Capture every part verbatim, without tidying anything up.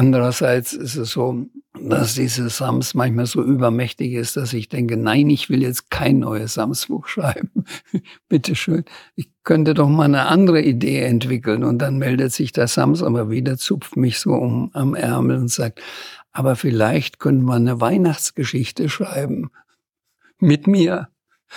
Andererseits ist es so, dass diese Sams manchmal so übermächtig ist, dass ich denke, nein, ich will jetzt kein neues Sams-Buch schreiben. Bitteschön. Ich könnte doch mal eine andere Idee entwickeln. Und dann meldet sich der Sams aber wieder, zupft mich so um am Ärmel und sagt, aber vielleicht könnte man eine Weihnachtsgeschichte schreiben. Mit mir.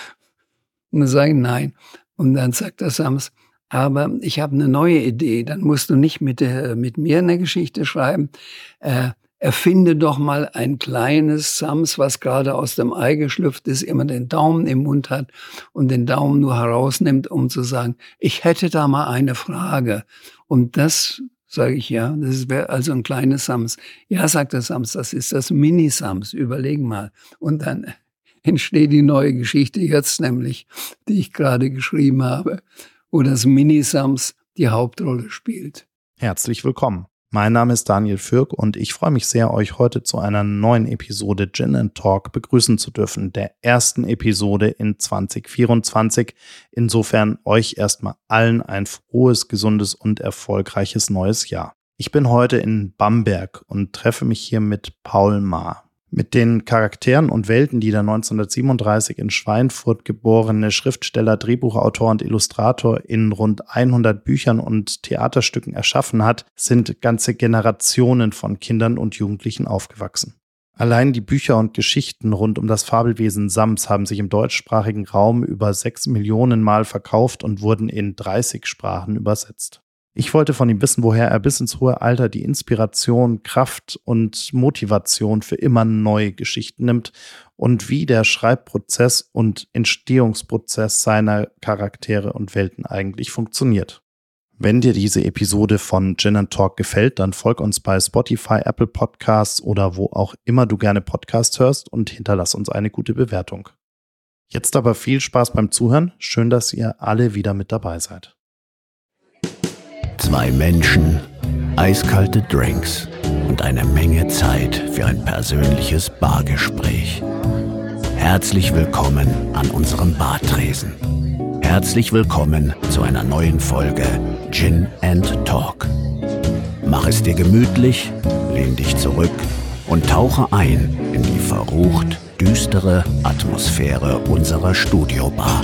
Und dann sage ich nein. Und dann sagt der Sams, aber ich habe eine neue Idee. Dann musst du nicht mit, der, mit mir eine Geschichte schreiben. Äh, erfinde doch mal ein kleines Sams, was gerade aus dem Ei geschlüpft ist, immer den Daumen im Mund hat und den Daumen nur herausnimmt, um zu sagen, ich hätte da mal eine Frage. Und das sage ich, ja, das wäre also ein kleines Sams. Ja, sagt der Sams, das ist das Mini-Sams. Überleg mal. Und dann entsteht die neue Geschichte jetzt nämlich, die ich gerade geschrieben habe, wo das Mini-Sams die Hauptrolle spielt. Herzlich willkommen. Mein Name ist Daniel Fürk und ich freue mich sehr, euch heute zu einer neuen Episode Gin and Talk begrüßen zu dürfen, der ersten Episode in zwanzig vierundzwanzig. Insofern euch erstmal allen ein frohes, gesundes und erfolgreiches neues Jahr. Ich bin heute in Bamberg und treffe mich hier mit Paul Maar. Mit den Charakteren und Welten, die der neunzehnhundertsiebenunddreißig in Schweinfurt geborene Schriftsteller, Drehbuchautor und Illustrator in rund hundert Büchern und Theaterstücken erschaffen hat, sind ganze Generationen von Kindern und Jugendlichen aufgewachsen. Allein die Bücher und Geschichten rund um das Fabelwesen Sams haben sich im deutschsprachigen Raum über sechs Millionen Mal verkauft und wurden in dreißig Sprachen übersetzt. Ich wollte von ihm wissen, woher er bis ins hohe Alter die Inspiration, Kraft und Motivation für immer neue Geschichten nimmt und wie der Schreibprozess und Entstehungsprozess seiner Charaktere und Welten eigentlich funktioniert. Wenn dir diese Episode von Gin and Talk gefällt, dann folg uns bei Spotify, Apple Podcasts oder wo auch immer du gerne Podcasts hörst und hinterlass uns eine gute Bewertung. Jetzt aber viel Spaß beim Zuhören. Schön, dass ihr alle wieder mit dabei seid. Zwei Menschen, eiskalte Drinks und eine Menge Zeit für ein persönliches Bargespräch. Herzlich willkommen an unserem Bartresen. Herzlich willkommen zu einer neuen Folge Gin and Talk. Mach es dir gemütlich, lehn dich zurück und tauche ein in die verrucht düstere Atmosphäre unserer Studiobar.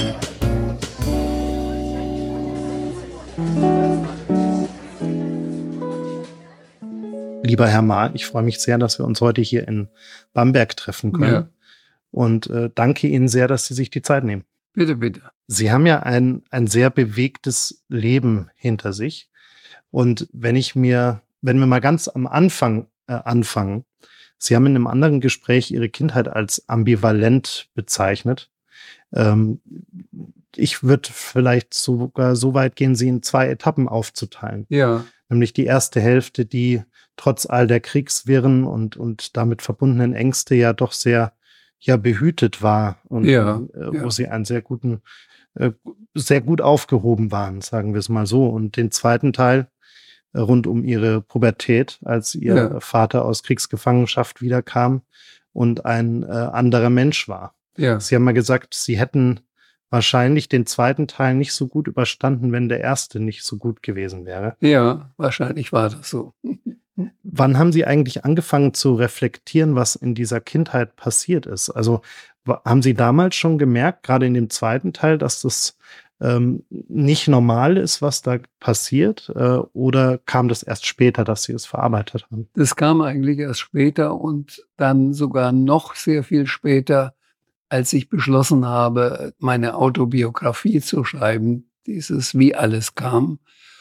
Lieber Herr Maar, ich freue mich sehr, dass wir uns heute hier in Bamberg treffen können. Ja. Und äh, danke Ihnen sehr, dass Sie sich die Zeit nehmen. Bitte, bitte. Sie haben ja ein, ein sehr bewegtes Leben hinter sich. Und wenn ich mir, wenn wir mal ganz am Anfang äh, anfangen, Sie haben in einem anderen Gespräch Ihre Kindheit als ambivalent bezeichnet. Ähm, ich würde vielleicht sogar so weit gehen, Sie in zwei Etappen aufzuteilen. Ja. Nämlich die erste Hälfte, die trotz all der Kriegswirren und, und damit verbundenen Ängste ja doch sehr ja, behütet war und ja, äh, wo ja. Sie einen sehr guten, äh, sehr gut aufgehoben waren, sagen wir es mal so. Und den zweiten Teil äh, rund um Ihre Pubertät, als Ihr ja. Vater aus Kriegsgefangenschaft wiederkam und ein äh, anderer Mensch war. Ja. Sie haben mal gesagt, Sie hätten wahrscheinlich den zweiten Teil nicht so gut überstanden, wenn der erste nicht so gut gewesen wäre. Ja, wahrscheinlich war das so. Wann haben Sie eigentlich angefangen zu reflektieren, was in dieser Kindheit passiert ist? Also haben Sie damals schon gemerkt, gerade in dem zweiten Teil, dass das ähm, nicht normal ist, was da passiert? Äh, oder kam das erst später, dass Sie es verarbeitet haben? Das kam eigentlich erst später und dann sogar noch sehr viel später, als ich beschlossen habe, meine Autobiografie zu schreiben, dieses Wie alles kam.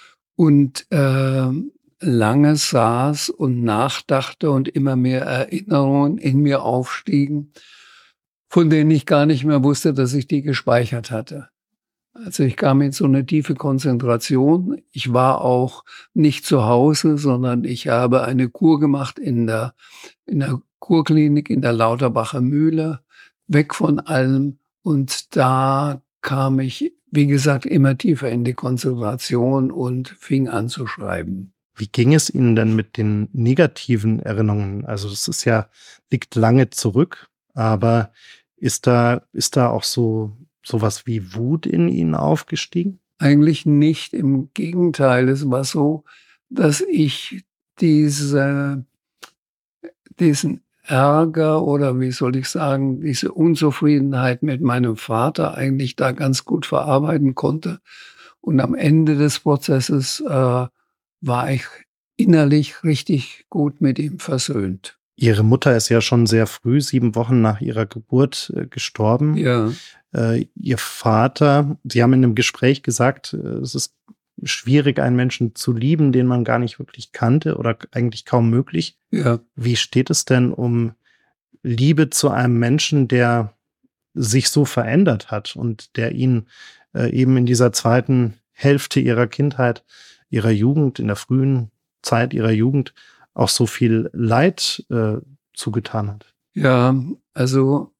Und äh, lange saß und nachdachte und immer mehr Erinnerungen in mir aufstiegen, von denen ich gar nicht mehr wusste, dass ich die gespeichert hatte. Also ich kam in so eine tiefe Konzentration. Ich war auch nicht zu Hause, sondern ich habe eine Kur gemacht in der, in der Kurklinik in der Lauterbacher Mühle, weg von allem. Und da kam ich, wie gesagt, immer tiefer in die Konzentration und fing an zu schreiben. Wie ging es Ihnen denn mit den negativen Erinnerungen? Also das ist ja, liegt lange zurück, aber ist da, ist da auch so sowas wie Wut in Ihnen aufgestiegen? Eigentlich nicht. Im Gegenteil, es war so, dass ich diese diesen Ärger oder wie soll ich sagen, diese Unzufriedenheit mit meinem Vater eigentlich da ganz gut verarbeiten konnte. Und am Ende des Prozesses äh, war ich innerlich richtig gut mit ihm versöhnt. Ihre Mutter ist ja schon sehr früh, sieben Wochen nach ihrer Geburt, äh, gestorben. Ja. Äh, Ihr Vater, Sie haben in einem Gespräch gesagt, äh, es ist schwierig, einen Menschen zu lieben, den man gar nicht wirklich kannte oder eigentlich kaum möglich. Ja. Wie steht es denn um Liebe zu einem Menschen, der sich so verändert hat und der Ihnen äh, eben in dieser zweiten Hälfte Ihrer Kindheit, Ihrer Jugend, in der frühen Zeit Ihrer Jugend auch so viel Leid äh, zugetan hat? Ja, also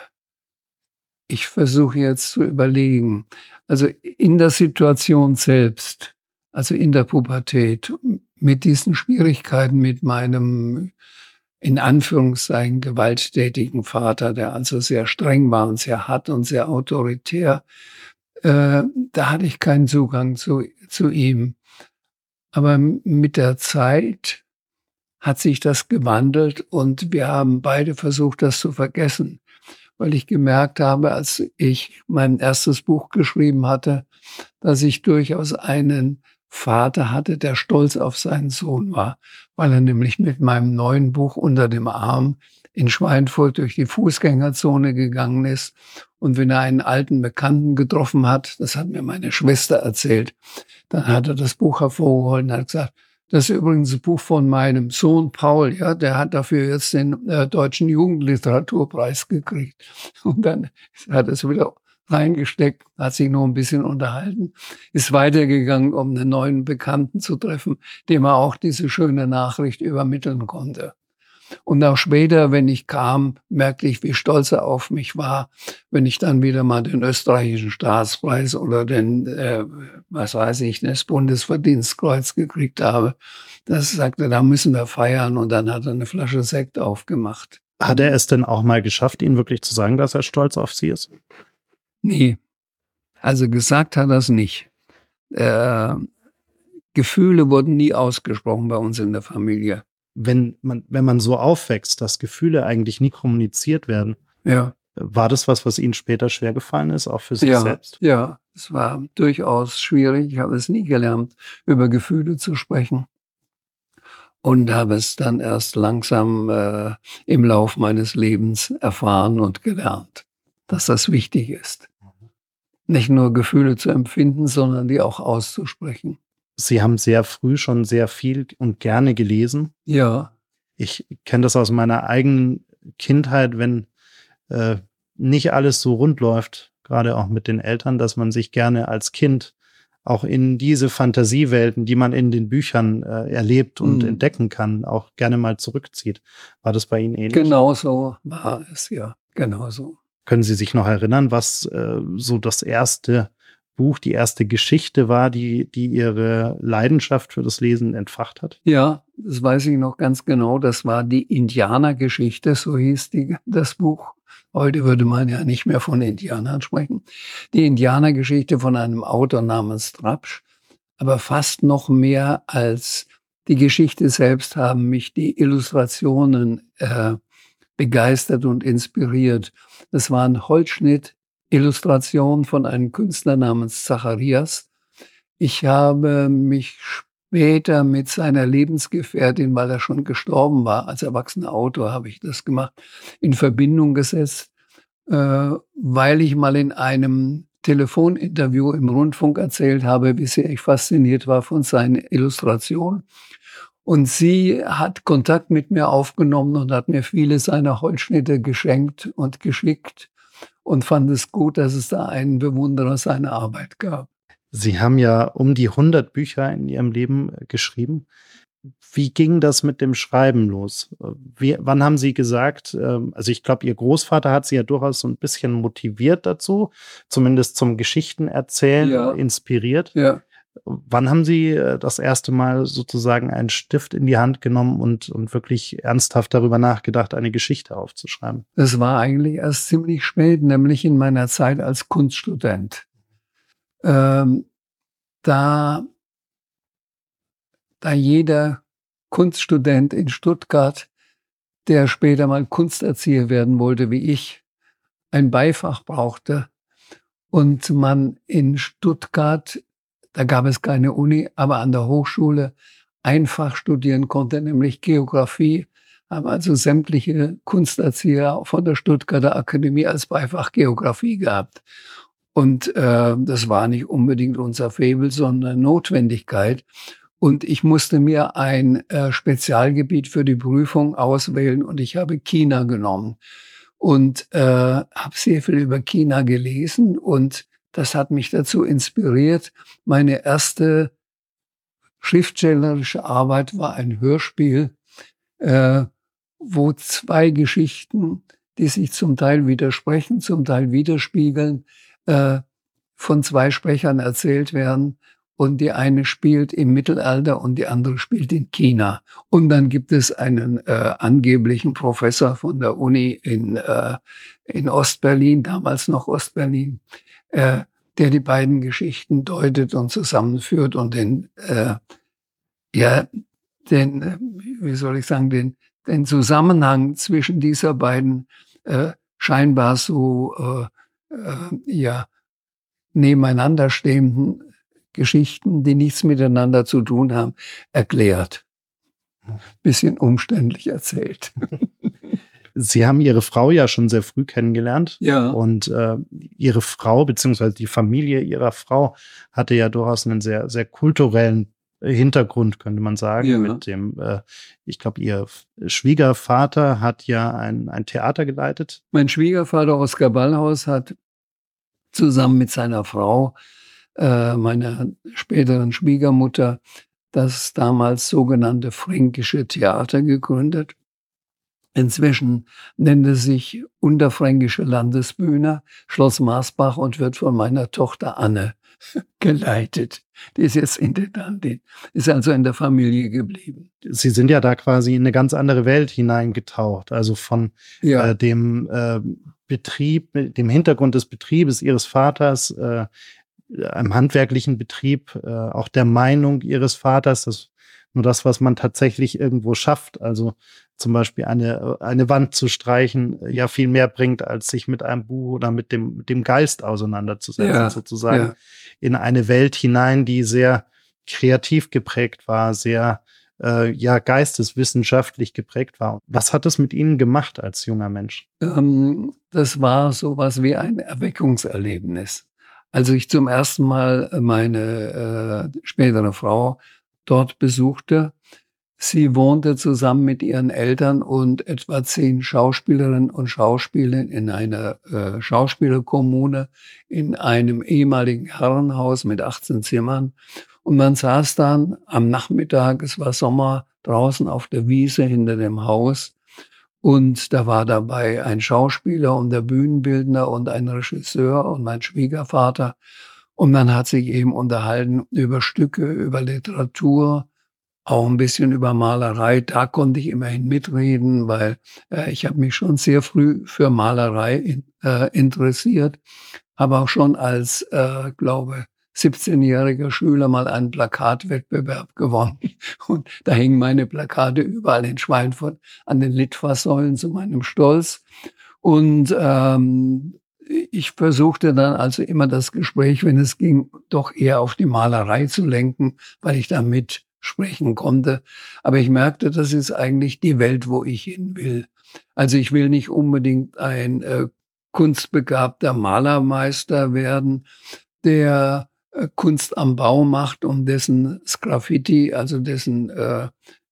ich versuche jetzt zu überlegen. Also in der Situation selbst, also in der Pubertät, mit diesen Schwierigkeiten mit meinem in Anführungszeichen gewalttätigen Vater, der also sehr streng war und sehr hart und sehr autoritär, äh, da hatte ich keinen Zugang zu, zu ihm. Aber mit der Zeit hat sich das gewandelt und wir haben beide versucht, das zu vergessen. Weil ich gemerkt habe, als ich mein erstes Buch geschrieben hatte, dass ich durchaus einen Vater hatte, der stolz auf seinen Sohn war, weil er nämlich mit meinem neuen Buch unter dem Arm in Schweinfurt durch die Fußgängerzone gegangen ist. Und wenn er einen alten Bekannten getroffen hat, das hat mir meine Schwester erzählt, dann hat er das Buch hervorgeholt und hat gesagt, das ist übrigens ein Buch von meinem Sohn Paul, ja, der hat dafür jetzt den äh, Deutschen Jugendliteraturpreis gekriegt. Und dann hat er es wieder reingesteckt, hat sich noch ein bisschen unterhalten, ist weitergegangen, um einen neuen Bekannten zu treffen, dem er auch diese schöne Nachricht übermitteln konnte. Und auch später, wenn ich kam, merkte ich, wie stolz er auf mich war, wenn ich dann wieder mal den österreichischen Staatspreis oder den, äh, was weiß ich, das Bundesverdienstkreuz gekriegt habe. Das sagte, da müssen wir feiern. Und dann hat er eine Flasche Sekt aufgemacht. Hat er es denn auch mal geschafft, Ihnen wirklich zu sagen, dass er stolz auf Sie ist? Nee. Also gesagt hat er es nicht. Äh, Gefühle wurden nie ausgesprochen bei uns in der Familie. Wenn man, wenn man so aufwächst, dass Gefühle eigentlich nie kommuniziert werden, ja. War das was, was Ihnen später schwer gefallen ist, auch für sich ja, selbst? Ja, es war durchaus schwierig. Ich habe es nie gelernt, über Gefühle zu sprechen. Und habe es dann erst langsam äh, im Lauf meines Lebens erfahren und gelernt, dass das wichtig ist. Nicht nur Gefühle zu empfinden, sondern die auch auszusprechen. Sie haben sehr früh schon sehr viel und gerne gelesen. Ja. Ich kenne das aus meiner eigenen Kindheit, wenn äh, nicht alles so rund läuft, gerade auch mit den Eltern, dass man sich gerne als Kind auch in diese Fantasiewelten, die man in den Büchern äh, erlebt und mhm. entdecken kann, auch gerne mal zurückzieht. War das bei Ihnen ähnlich? Genau so war es, ja. Genau so. Können Sie sich noch erinnern, was äh, so das erste Buch, die erste Geschichte war, die, die Ihre Leidenschaft für das Lesen entfacht hat? Ja, das weiß ich noch ganz genau. Das war die Indianergeschichte, so hieß die, das Buch. Heute würde man ja nicht mehr von Indianern sprechen. Die Indianergeschichte von einem Autor namens Trapsch. Aber fast noch mehr als die Geschichte selbst haben mich die Illustrationen äh, begeistert und inspiriert. Das war ein Holzschnitt-Illustration von einem Künstler namens Zacharias. Ich habe mich später mit seiner Lebensgefährtin, weil er schon gestorben war, als erwachsener Autor habe ich das gemacht, in Verbindung gesetzt, äh, weil ich mal in einem Telefoninterview im Rundfunk erzählt habe, wie sehr ich fasziniert war von seinen Illustrationen. Und sie hat Kontakt mit mir aufgenommen und hat mir viele seiner Holzschnitte geschenkt und geschickt und fand es gut, dass es da einen Bewunderer seiner Arbeit gab. Sie haben ja um die hundert Bücher in Ihrem Leben geschrieben. Wie ging das mit dem Schreiben los? Wie, wann haben Sie gesagt, also ich glaube, Ihr Großvater hat Sie ja durchaus so ein bisschen motiviert dazu, zumindest zum Geschichtenerzählen ja. inspiriert. Ja. Wann haben Sie das erste Mal sozusagen einen Stift in die Hand genommen und, und wirklich ernsthaft darüber nachgedacht, eine Geschichte aufzuschreiben? Das war eigentlich erst ziemlich spät, nämlich in meiner Zeit als Kunststudent. Ähm, da, da jeder Kunststudent in Stuttgart der später mal Kunsterzieher werden wollte, wie ich, ein Beifach brauchte und man in Stuttgart, da gab es keine Uni, aber an der Hochschule einfach studieren konnte, nämlich Geografie, haben also sämtliche Kunsterzieher von der Stuttgarter Akademie als Beifach Geografie gehabt. Und äh, das war nicht unbedingt unser Faible, sondern Notwendigkeit. Und ich musste mir ein äh, Spezialgebiet für die Prüfung auswählen und ich habe China genommen und äh, habe sehr viel über China gelesen und das hat mich dazu inspiriert. Meine erste schriftstellerische Arbeit war ein Hörspiel, äh, wo zwei Geschichten, die sich zum Teil widersprechen, zum Teil widerspiegeln, äh, von zwei Sprechern erzählt werden. Und die eine spielt im Mittelalter und die andere spielt in China. Und dann gibt es einen äh, angeblichen Professor von der Uni in, äh, in Ostberlin, damals noch Ostberlin, äh, der die beiden Geschichten deutet und zusammenführt und den, äh, ja, den, wie soll ich sagen, den, den Zusammenhang zwischen dieser beiden äh, scheinbar so äh, äh, ja, nebeneinander stehenden Geschichten, die nichts miteinander zu tun haben, erklärt. Bisschen umständlich erzählt. Sie haben Ihre Frau ja schon sehr früh kennengelernt. Ja. Und äh, Ihre Frau, beziehungsweise die Familie Ihrer Frau, hatte ja durchaus einen sehr, sehr kulturellen Hintergrund, könnte man sagen. Ja. Mit dem, äh, ich glaube, Ihr Schwiegervater hat ja ein, ein Theater geleitet. Mein Schwiegervater Oskar Ballhaus hat zusammen mit seiner Frau, äh, meiner späteren Schwiegermutter, das damals sogenannte Fränkische Theater gegründet. Inzwischen nennt es sich Unterfränkische Landesbühne, Schloss Marsbach und wird von meiner Tochter Anne geleitet. Die ist jetzt Intendantin, ist also in der Familie geblieben. Sie sind ja da quasi in eine ganz andere Welt hineingetaucht, also von Ja. äh, dem äh, Betrieb, dem Hintergrund des Betriebes Ihres Vaters, äh, einem handwerklichen Betrieb, äh, auch der Meinung Ihres Vaters, das nur das, was man tatsächlich irgendwo schafft, also zum Beispiel eine, eine Wand zu streichen, ja viel mehr bringt, als sich mit einem Buch oder mit dem, mit dem Geist auseinanderzusetzen, Ja, sozusagen, ja. in eine Welt hinein, die sehr kreativ geprägt war, sehr äh, ja geisteswissenschaftlich geprägt war. Was hat es mit Ihnen gemacht als junger Mensch? Ähm, das war sowas wie ein Erweckungserlebnis. Als ich zum ersten Mal meine äh, spätere Frau dort besuchte, sie wohnte zusammen mit ihren Eltern und etwa zehn Schauspielerinnen und Schauspielern in einer äh, Schauspielerkommune in einem ehemaligen Herrenhaus mit achtzehn Zimmern. Und man saß dann am Nachmittag, es war Sommer, draußen auf der Wiese hinter dem Haus. Und da war dabei ein Schauspieler und der Bühnenbildner und ein Regisseur und mein Schwiegervater. Und man hat sich eben unterhalten über Stücke, über Literatur, auch ein bisschen über Malerei. Da konnte ich immerhin mitreden, weil äh, ich habe mich schon sehr früh für Malerei in, äh, interessiert. Habe auch schon als, äh, glaube siebzehnjähriger Schüler mal einen Plakatwettbewerb gewonnen. Und da hingen meine Plakate überall in Schweinfurt an den Litfaßsäulen zu meinem Stolz. Und ähm, ich versuchte dann also immer das Gespräch, wenn es ging, doch eher auf die Malerei zu lenken, weil ich damit sprechen konnte. Aber ich merkte, das ist eigentlich die Welt, wo ich hin will. Also ich will nicht unbedingt ein äh, kunstbegabter Malermeister werden, der äh, Kunst am Bau macht und dessen Graffiti, also dessen äh,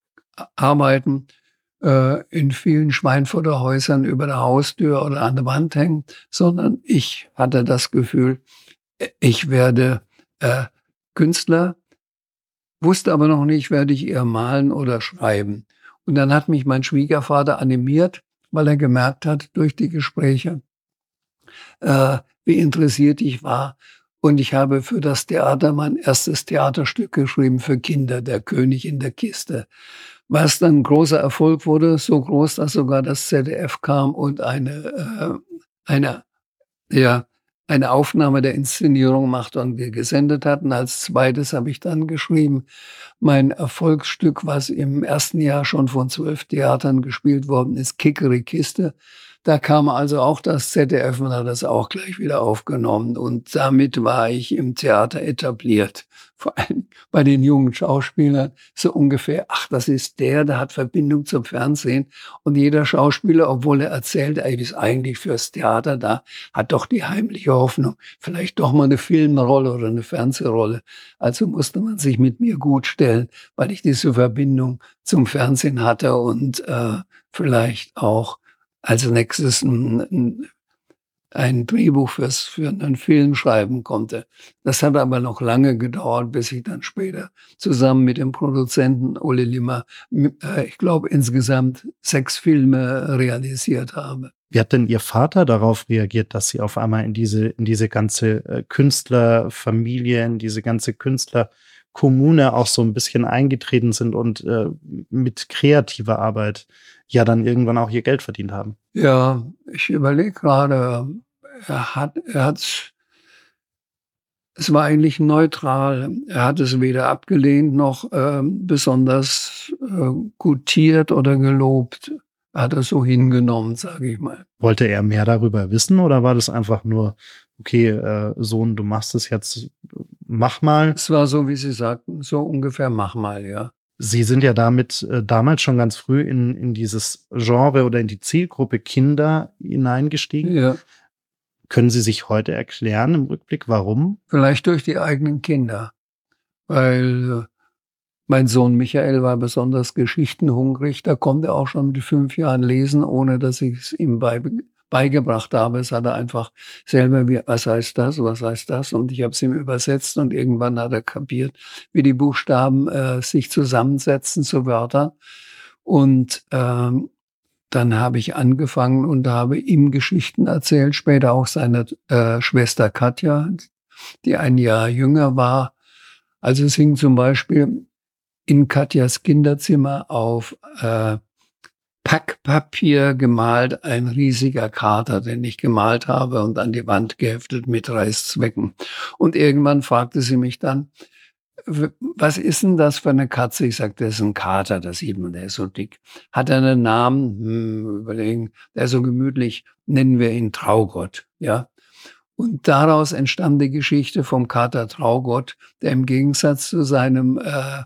Arbeiten äh, in vielen Schweinfurter Häusern über der Haustür oder an der Wand hängt, sondern ich hatte das Gefühl, ich werde äh, Künstler, wusste aber noch nicht, werde ich eher malen oder schreiben. Und dann hat mich mein Schwiegervater animiert, weil er gemerkt hat durch die Gespräche, äh, wie interessiert ich war. Und ich habe für das Theater mein erstes Theaterstück geschrieben für Kinder, Der König in der Kiste. Was dann ein großer Erfolg wurde, so groß, dass sogar das Z D F kam und eine, äh, eine ja, eine Aufnahme der Inszenierung gemacht und wir gesendet hatten. Als zweites habe ich dann geschrieben, mein Erfolgsstück, was im ersten Jahr schon von zwölf Theatern gespielt worden ist, Kikerikiste. Da kam also auch das Z D F und hat das auch gleich wieder aufgenommen. Und damit war ich im Theater etabliert. Vor allem bei den jungen Schauspielern so ungefähr, ach, das ist der, der hat Verbindung zum Fernsehen. Und jeder Schauspieler, obwohl er erzählt, er ist eigentlich fürs Theater da, hat doch die heimliche Hoffnung, vielleicht doch mal eine Filmrolle oder eine Fernsehrolle. Also musste man sich mit mir gut stellen, weil ich diese Verbindung zum Fernsehen hatte und äh, vielleicht auch als nächstes ein, ein, ein Drehbuch fürs, für einen Film schreiben konnte. Das hat aber noch lange gedauert, bis ich dann später zusammen mit dem Produzenten Ulle Limmer, äh, ich glaube, insgesamt sechs Filme realisiert habe. Wie hat denn Ihr Vater darauf reagiert, dass Sie auf einmal in diese, in diese ganze äh, Künstlerfamilie, in diese ganze Künstlerkommune auch so ein bisschen eingetreten sind und äh, mit kreativer Arbeit ja dann irgendwann auch ihr Geld verdient haben? Ja, ich überlege gerade, er hat, er hat's, es war eigentlich neutral. Er hat es weder abgelehnt noch äh, besonders äh, gutiert oder gelobt. Er hat es so hingenommen, sage ich mal. Wollte er mehr darüber wissen oder war das einfach nur, okay, äh, Sohn, du machst es jetzt, mach mal? Es war so, wie Sie sagten, so ungefähr mach mal, ja. Sie sind ja damit äh, damals schon ganz früh in, in dieses Genre oder in die Zielgruppe Kinder hineingestiegen. Ja. Können Sie sich heute erklären im Rückblick, warum? Vielleicht durch die eigenen Kinder. Weil äh, mein Sohn Michael war besonders geschichtenhungrig. Da konnte er auch schon mit fünf Jahren lesen, ohne dass ich es ihm beibe- beigebracht habe. Es hat er einfach selber, wie, was heißt das, was heißt das? Und ich habe es ihm übersetzt und irgendwann hat er kapiert, wie die Buchstaben äh, sich zusammensetzen zu Wörtern. Und ähm, dann habe ich angefangen und habe ihm Geschichten erzählt, später auch seiner äh, Schwester Katja, die ein Jahr jünger war. Also es hing zum Beispiel in Katjas Kinderzimmer auf äh, Packpapier gemalt ein riesiger Kater, den ich gemalt habe und an die Wand geheftet mit Reißzwecken. Und irgendwann fragte sie mich dann, was ist denn das für eine Katze? Ich sagte, das ist ein Kater, das sieht man, der ist so dick. Hat er einen Namen? Hm, überlegen, der ist so gemütlich, nennen wir ihn Traugott, ja. Und daraus entstand die Geschichte vom Kater Traugott, der im Gegensatz zu seinem äh,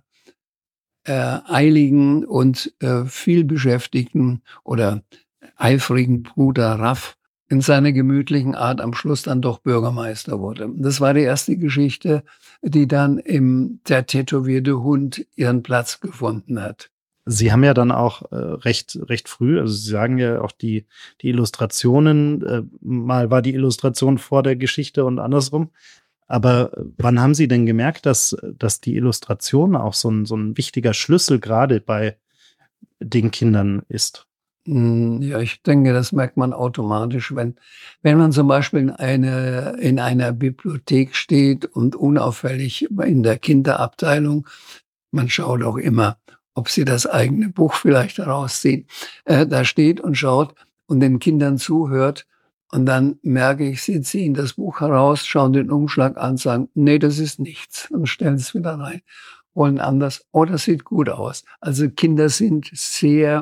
äh, eiligen und äh, vielbeschäftigten oder eifrigen Bruder Raff in seiner gemütlichen Art am Schluss dann doch Bürgermeister wurde. Das war die erste Geschichte, die dann im Der tätowierte Hund ihren Platz gefunden hat. Sie haben ja dann auch äh, recht recht früh, also Sie sagen ja auch die die Illustrationen, äh, mal war die Illustration vor der Geschichte und andersrum. Aber wann haben Sie denn gemerkt, dass dass die Illustration auch so ein so ein wichtiger Schlüssel gerade bei den Kindern ist? Ja, ich denke, das merkt man automatisch, wenn, wenn man zum Beispiel in, eine, in einer Bibliothek steht und unauffällig in der Kinderabteilung, man schaut auch immer, ob sie das eigene Buch vielleicht herausziehen, äh, da steht und schaut und den Kindern zuhört. Und dann merke ich, sie ziehen das Buch heraus, schauen den Umschlag an, sagen, nee, das ist nichts und stellen es wieder rein. Wollen anders, oh, das sieht gut aus. Also Kinder sind sehr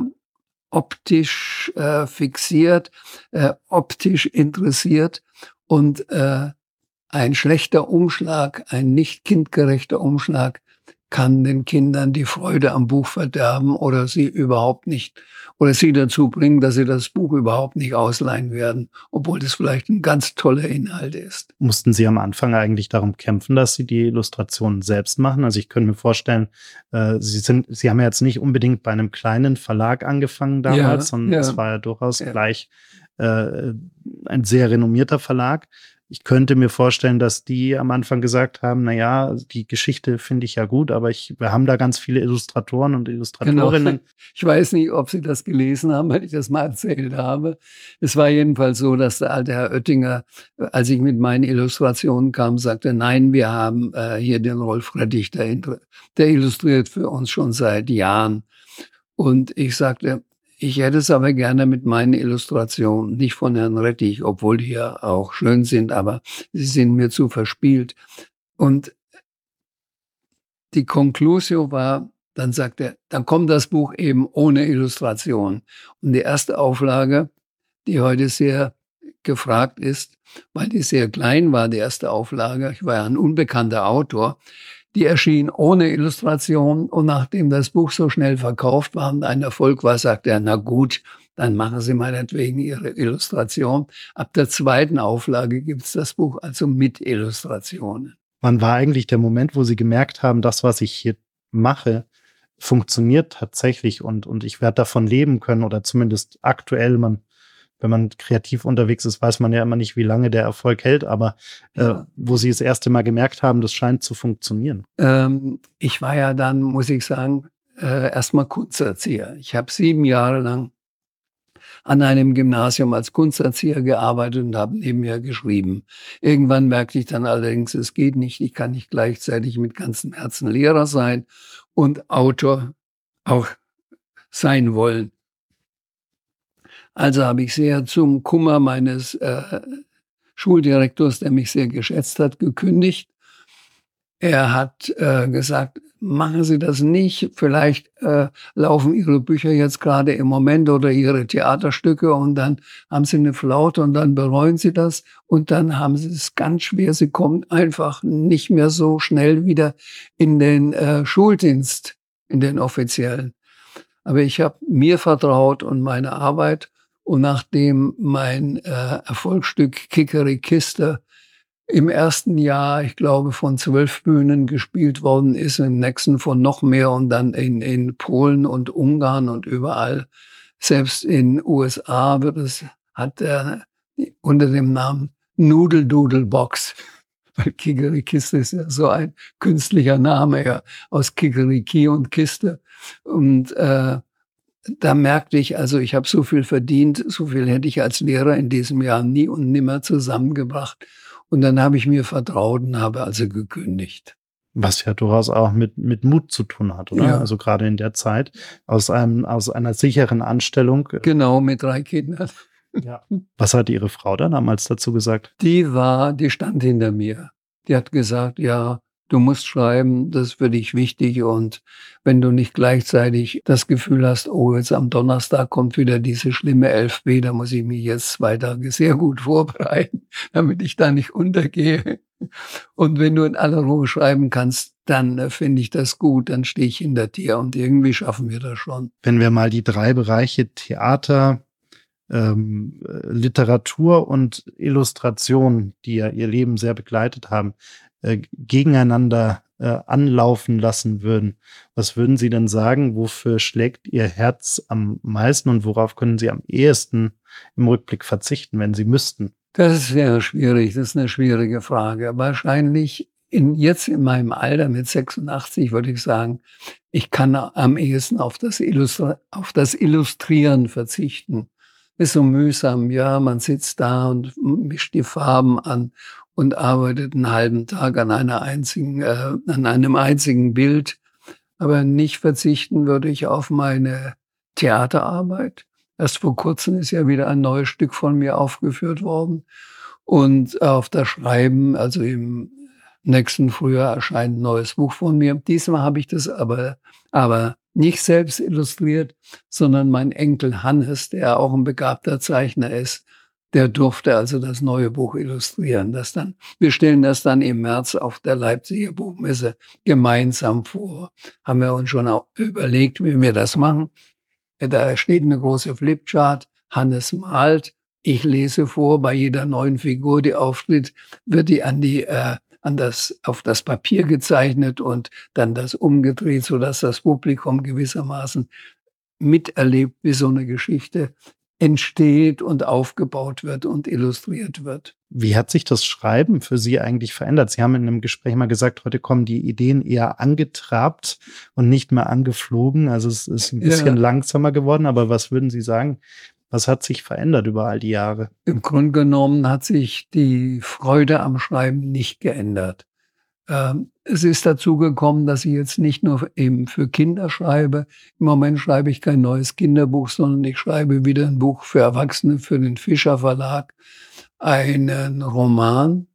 optisch äh, fixiert, äh, optisch interessiert und äh, ein schlechter Umschlag, ein nicht kindgerechter Umschlag kann den Kindern die Freude am Buch verderben oder sie überhaupt nicht, oder sie dazu bringen, dass sie das Buch überhaupt nicht ausleihen werden, obwohl das vielleicht ein ganz toller Inhalt ist. Mussten Sie am Anfang eigentlich darum kämpfen, dass Sie die Illustrationen selbst machen? Also ich könnte mir vorstellen, äh, Sie sind, Sie haben ja jetzt nicht unbedingt bei einem kleinen Verlag angefangen damals, ja, sondern ja. Es war ja durchaus ja. gleich äh, ein sehr renommierter Verlag. Ich könnte mir vorstellen, dass die am Anfang gesagt haben, na ja, die Geschichte finde ich ja gut, aber ich, wir haben da ganz viele Illustratoren und Illustratorinnen. Genau. Ich weiß nicht, ob Sie das gelesen haben, weil ich das mal erzählt habe. Es war jedenfalls so, dass der alte Herr Oettinger, als ich mit meinen Illustrationen kam, sagte, nein, wir haben äh, hier den Rolf Rettich, der, der illustriert für uns schon seit Jahren. Und ich sagte, ich hätte es aber gerne mit meinen Illustrationen, nicht von Herrn Rettich, obwohl die ja auch schön sind, aber sie sind mir zu verspielt. Und die Conclusio war, dann sagt er, dann kommt das Buch eben ohne Illustration. Und die erste Auflage, die heute sehr gefragt ist, weil die sehr klein war, die erste Auflage, ich war ja ein unbekannter Autor, die erschien ohne Illustration. Und nachdem das Buch so schnell verkauft war und ein Erfolg war, sagte er, na gut, dann machen Sie meinetwegen Ihre Illustration. Ab der zweiten Auflage gibt es das Buch also mit Illustrationen. Wann war eigentlich der Moment, wo Sie gemerkt haben, das, was ich hier mache, funktioniert tatsächlich und, und ich werde davon leben können oder zumindest aktuell, man, wenn man kreativ unterwegs ist, weiß man ja immer nicht, wie lange der Erfolg hält, aber äh, ja. wo Sie das erste Mal gemerkt haben, das scheint zu funktionieren. Ähm, ich war ja dann, muss ich sagen, äh, erstmal Kunsterzieher. Ich habe sieben Jahre lang an einem Gymnasium als Kunsterzieher gearbeitet und habe nebenher geschrieben. Irgendwann merkte ich dann allerdings, es geht nicht, ich kann nicht gleichzeitig mit ganzem Herzen Lehrer sein und Autor auch sein wollen. Also habe ich sehr zum Kummer meines äh, Schuldirektors, der mich sehr geschätzt hat, gekündigt. Er hat äh, gesagt, machen Sie das nicht, vielleicht äh, laufen Ihre Bücher jetzt gerade im Moment oder Ihre Theaterstücke und dann haben Sie eine Flaute und dann bereuen Sie das und dann haben Sie es ganz schwer, Sie kommen einfach nicht mehr so schnell wieder in den äh, Schuldienst, in den offiziellen. Aber ich habe mir vertraut und meine Arbeit und nachdem mein äh, Erfolgsstück Kikerikiste im ersten Jahr, ich glaube, von zwölf Bühnen gespielt worden ist, im nächsten von noch mehr und dann in, in Polen und Ungarn und überall. Selbst in U S A wird es, hat er unter dem Namen Noodle Doodle Box, weil Kikerikiste ist ja so ein künstlicher Name, ja, aus Kikeriki und Kiste. Und äh, da merkte ich, also ich habe so viel verdient, so viel hätte ich als Lehrer in diesem Jahr nie und nimmer zusammengebracht. Und dann habe ich mir vertraut und habe also gekündigt. Was ja durchaus auch mit, mit Mut zu tun hat, oder? Ja. Also gerade in der Zeit aus einem, aus einer sicheren Anstellung. Genau, mit drei Kindern. Ja. Was hat Ihre Frau dann damals dazu gesagt? Die war, die stand hinter mir. Die hat gesagt, ja, du musst schreiben, das ist für dich wichtig. Und wenn du nicht gleichzeitig das Gefühl hast, oh, jetzt am Donnerstag kommt wieder diese schlimme elf b, da muss ich mich jetzt zwei Tage sehr gut vorbereiten, damit ich da nicht untergehe. Und wenn du in aller Ruhe schreiben kannst, dann äh, finde ich das gut, dann stehe ich hinter dir und irgendwie schaffen wir das schon. Wenn wir mal die drei Bereiche Theater, ähm, Literatur und Illustration, die ja ihr Leben sehr begleitet haben, äh, gegeneinander äh, anlaufen lassen würden, was würden Sie denn sagen, wofür schlägt Ihr Herz am meisten und worauf können Sie am ehesten im Rückblick verzichten, wenn Sie müssten? Das ist sehr schwierig, das ist eine schwierige Frage. Wahrscheinlich in, jetzt in meinem Alter mit sechsundachtzig würde ich sagen, ich kann am ehesten auf das, Illustra- auf das Illustrieren verzichten. Ist so mühsam, ja, man sitzt da und mischt die Farben an und arbeitet einen halben Tag an einer einzigen, äh, an einem einzigen Bild. Aber nicht verzichten würde ich auf meine Theaterarbeit. Erst vor kurzem ist ja wieder ein neues Stück von mir aufgeführt worden. Und auf das Schreiben, also im nächsten Frühjahr erscheint ein neues Buch von mir. Diesmal habe ich das aber, aber nicht selbst illustriert, sondern mein Enkel Hannes, der auch ein begabter Zeichner ist, der durfte also das neue Buch illustrieren. Das dann, wir stellen das dann im März auf der Leipziger Buchmesse gemeinsam vor. Haben wir uns schon auch überlegt, wie wir das machen. Da steht eine große Flipchart, Hannes malt, ich lese vor, bei jeder neuen Figur, die auftritt, wird die an die äh, an das, auf das Papier gezeichnet und dann das umgedreht, sodass das Publikum gewissermaßen miterlebt, wie so eine Geschichte entsteht und aufgebaut wird und illustriert wird. Wie hat sich das Schreiben für Sie eigentlich verändert? Sie haben in einem Gespräch mal gesagt, heute kommen die Ideen eher angetrabt und nicht mehr angeflogen. Also es ist ein bisschen ja. langsamer geworden, aber was würden Sie sagen? Was hat sich verändert über all die Jahre? Im Grunde genommen hat sich die Freude am Schreiben nicht geändert. Ähm, es ist dazu gekommen, dass ich jetzt nicht nur eben für Kinder schreibe. Im Moment schreibe ich kein neues Kinderbuch, sondern ich schreibe wieder ein Buch für Erwachsene für den Fischer Verlag, einen Roman.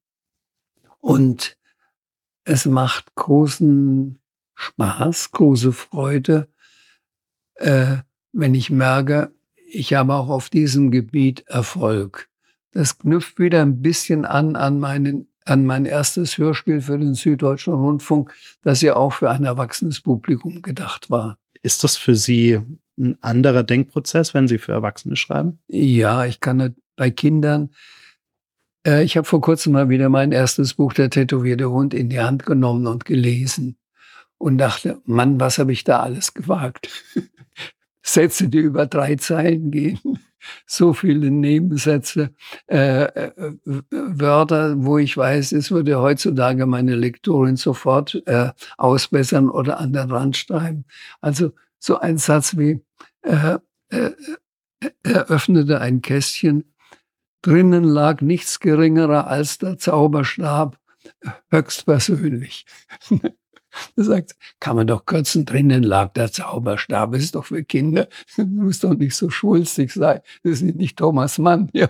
Und es macht großen Spaß, große Freude, äh, wenn ich merke, ich habe auch auf diesem Gebiet Erfolg. Das knüpft wieder ein bisschen an an meinen an mein erstes Hörspiel für den Süddeutschen Rundfunk, das ja auch für ein erwachsenes Publikum gedacht war. Ist das für Sie ein anderer Denkprozess, wenn Sie für Erwachsene schreiben? Ja, ich kann bei Kindern, äh, ich habe vor kurzem mal wieder mein erstes Buch, Der tätowierte Hund, in die Hand genommen und gelesen und dachte, Mann, was habe ich da alles gewagt? Sätze, die über drei Zeilen gehen, so viele Nebensätze, äh, äh, Wörter, wo ich weiß, es würde heutzutage meine Lektorin sofort äh, ausbessern oder an den Rand schreiben. Also so ein Satz wie, äh, äh, er öffnete ein Kästchen, drinnen lag nichts geringerer als der Zauberstab, höchstpersönlich. Er sagt, kann man doch kürzen, drinnen lag der Zauberstab, das ist doch für Kinder, das muss doch nicht so schwulstig sein, das ist nicht Thomas Mann. Ja.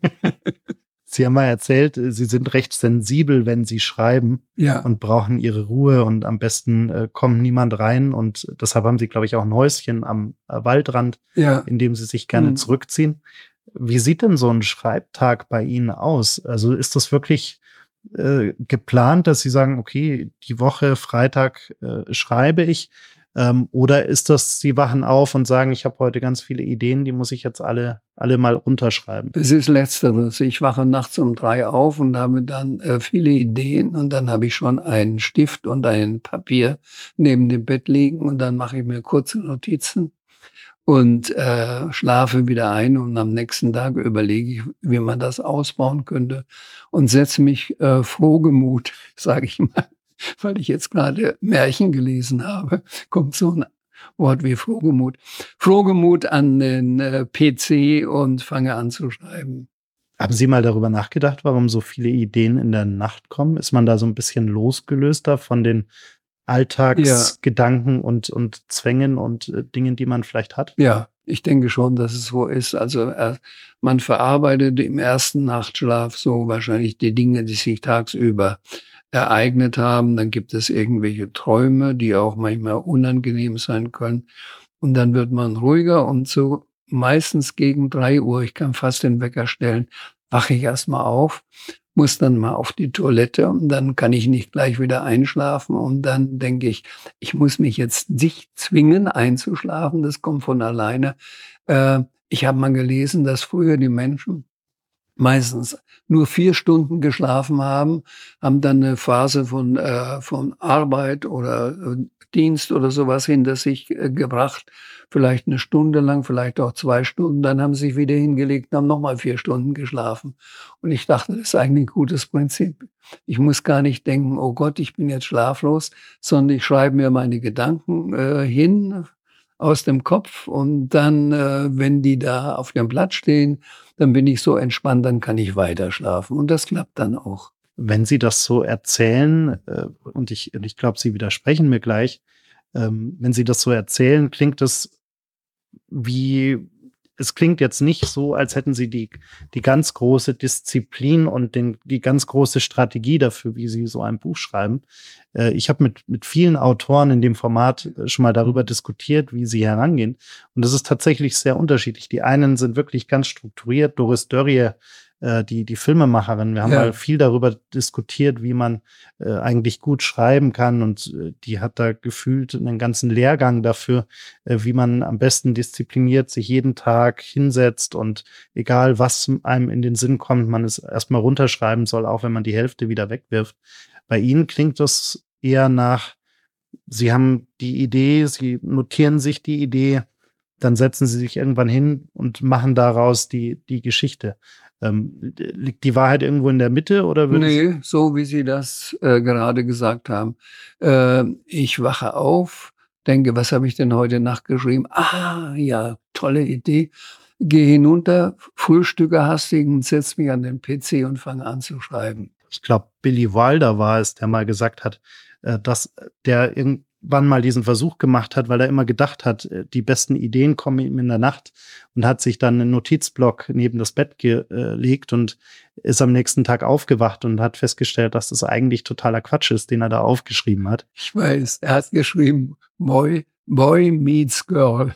Sie haben mal erzählt, Sie sind recht sensibel, wenn Sie schreiben, ja, und brauchen Ihre Ruhe und am besten äh, kommt niemand rein und deshalb haben Sie, glaube ich, auch ein Häuschen am äh, Waldrand, ja. in dem Sie sich gerne Mhm. zurückziehen. Wie sieht denn so ein Schreibtag bei Ihnen aus? Also ist das wirklich äh, geplant, dass Sie sagen, okay, die Woche Freitag äh, schreibe ich? Ähm, oder ist das, Sie wachen auf und sagen, ich habe heute ganz viele Ideen, die muss ich jetzt alle, alle mal runterschreiben? Es ist Letzteres. Ich wache nachts um drei auf und habe dann äh, viele Ideen und dann habe ich schon einen Stift und ein Papier neben dem Bett liegen und dann mache ich mir kurze Notizen und äh, schlafe wieder ein und am nächsten Tag überlege ich, wie man das ausbauen könnte und setze mich äh, frohgemut, sage ich mal, weil ich jetzt gerade Märchen gelesen habe, kommt so ein Wort wie Frohgemut. Frohgemut an den äh, P C und fange an zu schreiben. Haben Sie mal darüber nachgedacht, warum so viele Ideen in der Nacht kommen? Ist man da so ein bisschen losgelöster von den Alltagsgedanken ja. und, und Zwängen und äh, Dingen, die man vielleicht hat? Ja, ich denke schon, dass es so ist. Also äh, man verarbeitet im ersten Nachtschlaf so wahrscheinlich die Dinge, die sich tagsüber ereignet haben. Dann gibt es irgendwelche Träume, die auch manchmal unangenehm sein können. Und dann wird man ruhiger und so meistens gegen drei Uhr, ich kann fast den Wecker stellen, wache ich erstmal auf, muss dann mal auf die Toilette und dann kann ich nicht gleich wieder einschlafen und dann denke ich, ich muss mich jetzt nicht zwingen einzuschlafen, das kommt von alleine. Äh, ich habe mal gelesen, dass früher die Menschen meistens nur vier Stunden geschlafen haben, haben dann eine Phase von, äh, von Arbeit oder äh, Dienst oder sowas hinter sich äh, gebracht, vielleicht eine Stunde lang, vielleicht auch zwei Stunden, dann haben sie sich wieder hingelegt und haben nochmal vier Stunden geschlafen. Und ich dachte, das ist eigentlich ein gutes Prinzip. Ich muss gar nicht denken, oh Gott, ich bin jetzt schlaflos, sondern ich schreibe mir meine Gedanken äh, hin aus dem Kopf und dann, äh, wenn die da auf dem Blatt stehen, dann bin ich so entspannt, dann kann ich weiter schlafen. Und das klappt dann auch. Wenn Sie das so erzählen, äh, und ich, und ich glaube, Sie widersprechen mir gleich, ähm, wenn Sie das so erzählen, klingt das wie, es klingt jetzt nicht so, als hätten Sie die, die ganz große Disziplin und den, die ganz große Strategie dafür, wie Sie so ein Buch schreiben. Äh, ich habe mit, mit vielen Autoren in dem Format schon mal darüber diskutiert, wie sie herangehen. Und das ist tatsächlich sehr unterschiedlich. Die einen sind wirklich ganz strukturiert. Doris Dörrie, äh, die, die Filmemacherin, wir haben ja. mal viel darüber diskutiert, wie man äh, eigentlich gut schreiben kann. Und äh, die hat da gefühlt einen ganzen Lehrgang dafür, äh, wie man am besten diszipliniert sich jeden Tag hinsetzt und egal, was einem in den Sinn kommt, man es erstmal runterschreiben soll, auch wenn man die Hälfte wieder wegwirft. Bei Ihnen klingt das eher nach, Sie haben die Idee, Sie notieren sich die Idee, dann setzen Sie sich irgendwann hin und machen daraus die, die Geschichte. Ähm, liegt die Wahrheit irgendwo in der Mitte? Oder nee, so wie Sie das äh, gerade gesagt haben. Äh, ich wache auf, denke, was habe ich denn heute Nacht geschrieben? Ah, ja, tolle Idee. Gehe hinunter, frühstücke hastig und setze mich an den P C und fange an zu schreiben. ich glaube, Billy Wilder war es, der mal gesagt hat, äh, dass der irgendwann mal diesen Versuch gemacht hat, weil er immer gedacht hat, die besten Ideen kommen ihm in der Nacht, und hat sich dann einen Notizblock neben das Bett gelegt und ist am nächsten Tag aufgewacht und hat festgestellt, dass das eigentlich totaler Quatsch ist, den er da aufgeschrieben hat. Ich weiß, er hat geschrieben, Boy, Boy meets Girl.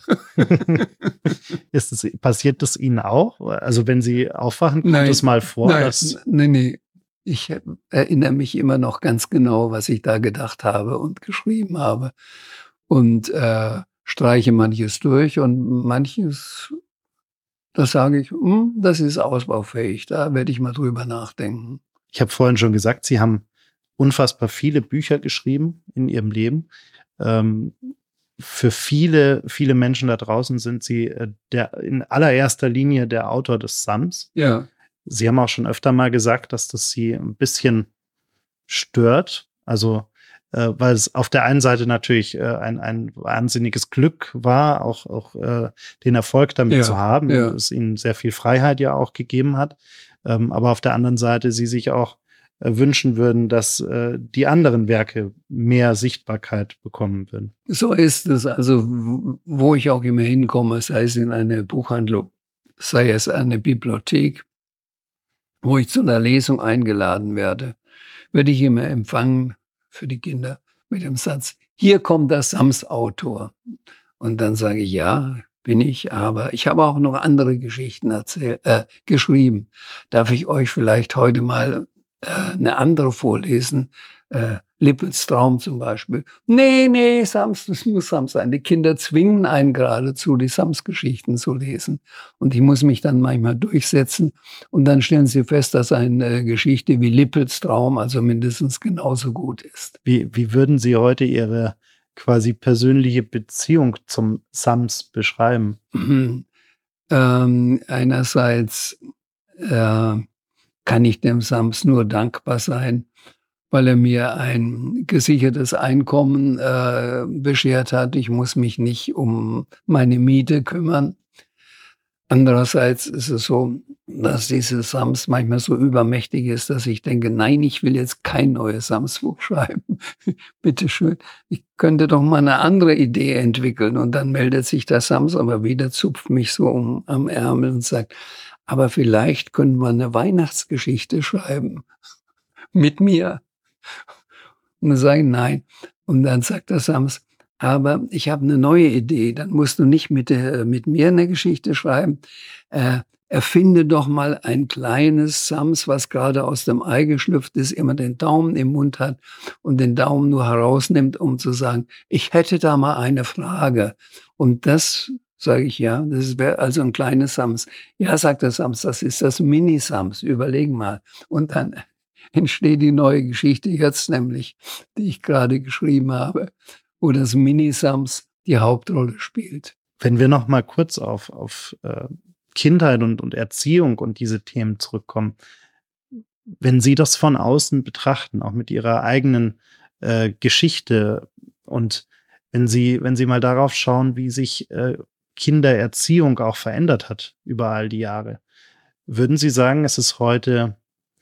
Ist das, passiert das Ihnen auch? Also wenn Sie aufwachen, kommt Nein, es mal vor? Nein, dass nee, nee. Ich erinnere mich immer noch ganz genau, was ich da gedacht habe und geschrieben habe. Und äh, streiche manches durch und manches, das sage ich, hm, das ist ausbaufähig. Da werde ich mal drüber nachdenken. Ich habe vorhin schon gesagt, Sie haben unfassbar viele Bücher geschrieben in Ihrem Leben. Ähm, Für viele, viele Menschen da draußen sind Sie äh, der, in allererster Linie der Autor des Sams. Ja. Sie haben auch schon öfter mal gesagt, dass das Sie ein bisschen stört. Also, äh, weil es auf der einen Seite natürlich äh, ein, ein wahnsinniges Glück war, auch, auch äh, den Erfolg damit Ja, zu haben, ja. und es Ihnen sehr viel Freiheit ja auch gegeben hat. Ähm, aber auf der anderen Seite Sie sich auch äh, wünschen würden, dass äh, die anderen Werke mehr Sichtbarkeit bekommen würden. So ist es. Also, wo ich auch immer hinkomme, sei es in eine Buchhandlung, sei es eine Bibliothek, wo ich zu einer Lesung eingeladen werde, werde ich immer empfangen für die Kinder mit dem Satz, hier kommt der Sams-Autor. Und dann sage ich, ja, bin ich, aber ich habe auch noch andere Geschichten erzählt, äh, geschrieben. Darf ich euch vielleicht heute mal äh, eine andere vorlesen? Äh, Lippels Traum zum Beispiel. Nee, nee, Sams, das muss Sams sein. Die Kinder zwingen einen geradezu, die Sams-Geschichten zu lesen. Und ich muss mich dann manchmal durchsetzen. Und dann stellen sie fest, dass eine Geschichte wie Lippels Traum also mindestens genauso gut ist. Wie, wie würden Sie heute Ihre quasi persönliche Beziehung zum Sams beschreiben? ähm, einerseits äh, kann ich dem Sams nur dankbar sein, weil er mir ein gesichertes Einkommen äh, beschert hat. Ich muss mich nicht um meine Miete kümmern. Andererseits ist es so, dass diese Sams manchmal so übermächtig ist, dass ich denke, nein, ich will jetzt kein neues Sams-Buch schreiben. Bitte schön, ich könnte doch mal eine andere Idee entwickeln. Und dann meldet sich der Sams aber wieder, zupft mich so um, am Ärmel und sagt, aber vielleicht können wir eine Weihnachtsgeschichte schreiben. Mit mir. Und dann sage ich, nein. Und dann sagt der Sams, aber ich habe eine neue Idee. Dann musst du nicht mit, der, mit mir eine Geschichte schreiben. Äh, erfinde doch mal ein kleines Sams, was gerade aus dem Ei geschlüpft ist, immer den Daumen im Mund hat und den Daumen nur herausnimmt, um zu sagen, ich hätte da mal eine Frage. Und das sage ich, ja, das wäre also ein kleines Sams. Ja, sagt der Sams, das ist das Mini-Sams. Überleg mal. Und dann entsteht die neue Geschichte jetzt nämlich, die ich gerade geschrieben habe, wo das Mini-Sams die Hauptrolle spielt. Wenn wir noch mal kurz auf, auf äh, Kindheit und, und Erziehung und diese Themen zurückkommen, wenn Sie das von außen betrachten, auch mit Ihrer eigenen äh, Geschichte, und wenn Sie, wenn Sie mal darauf schauen, wie sich äh, Kindererziehung auch verändert hat über all die Jahre, würden Sie sagen, es ist heute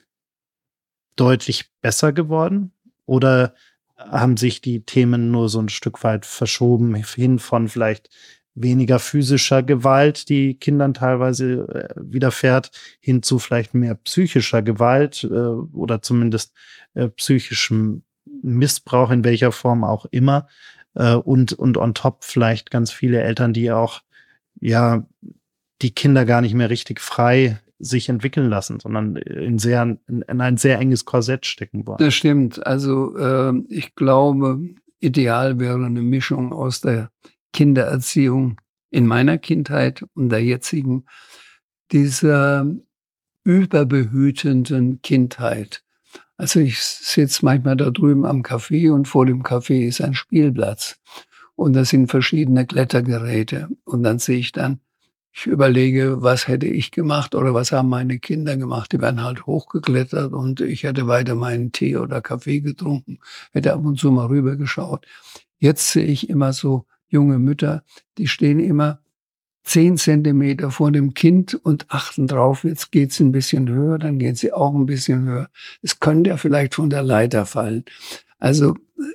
deutlich besser geworden? Oder haben sich die Themen nur so ein Stück weit verschoben hin von vielleicht weniger physischer Gewalt, die Kindern teilweise äh, widerfährt, hin zu vielleicht mehr psychischer Gewalt äh, oder zumindest äh, psychischem Missbrauch in welcher Form auch immer, äh, und und on top vielleicht ganz viele Eltern, die auch ja die Kinder gar nicht mehr richtig frei sich entwickeln lassen, sondern in sehr in, in ein sehr enges Korsett stecken wollen. Das stimmt. Also äh, ich glaube, ideal wäre eine Mischung aus der Kindererziehung in meiner Kindheit und der jetzigen, dieser überbehütenden Kindheit. Also ich sitze manchmal da drüben am Café und vor dem Café ist ein Spielplatz und da sind verschiedene Klettergeräte und dann sehe ich dann, ich überlege, was hätte ich gemacht oder was haben meine Kinder gemacht. Die werden halt hochgeklettert und ich hätte weiter meinen Tee oder Kaffee getrunken, hätte ab und zu mal rübergeschaut. Jetzt sehe ich immer so junge Mütter, die stehen immer zehn Zentimeter vor dem Kind und achten drauf, jetzt geht's ein bisschen höher, dann geht sie auch ein bisschen höher. Es könnte ja vielleicht von der Leiter fallen. Also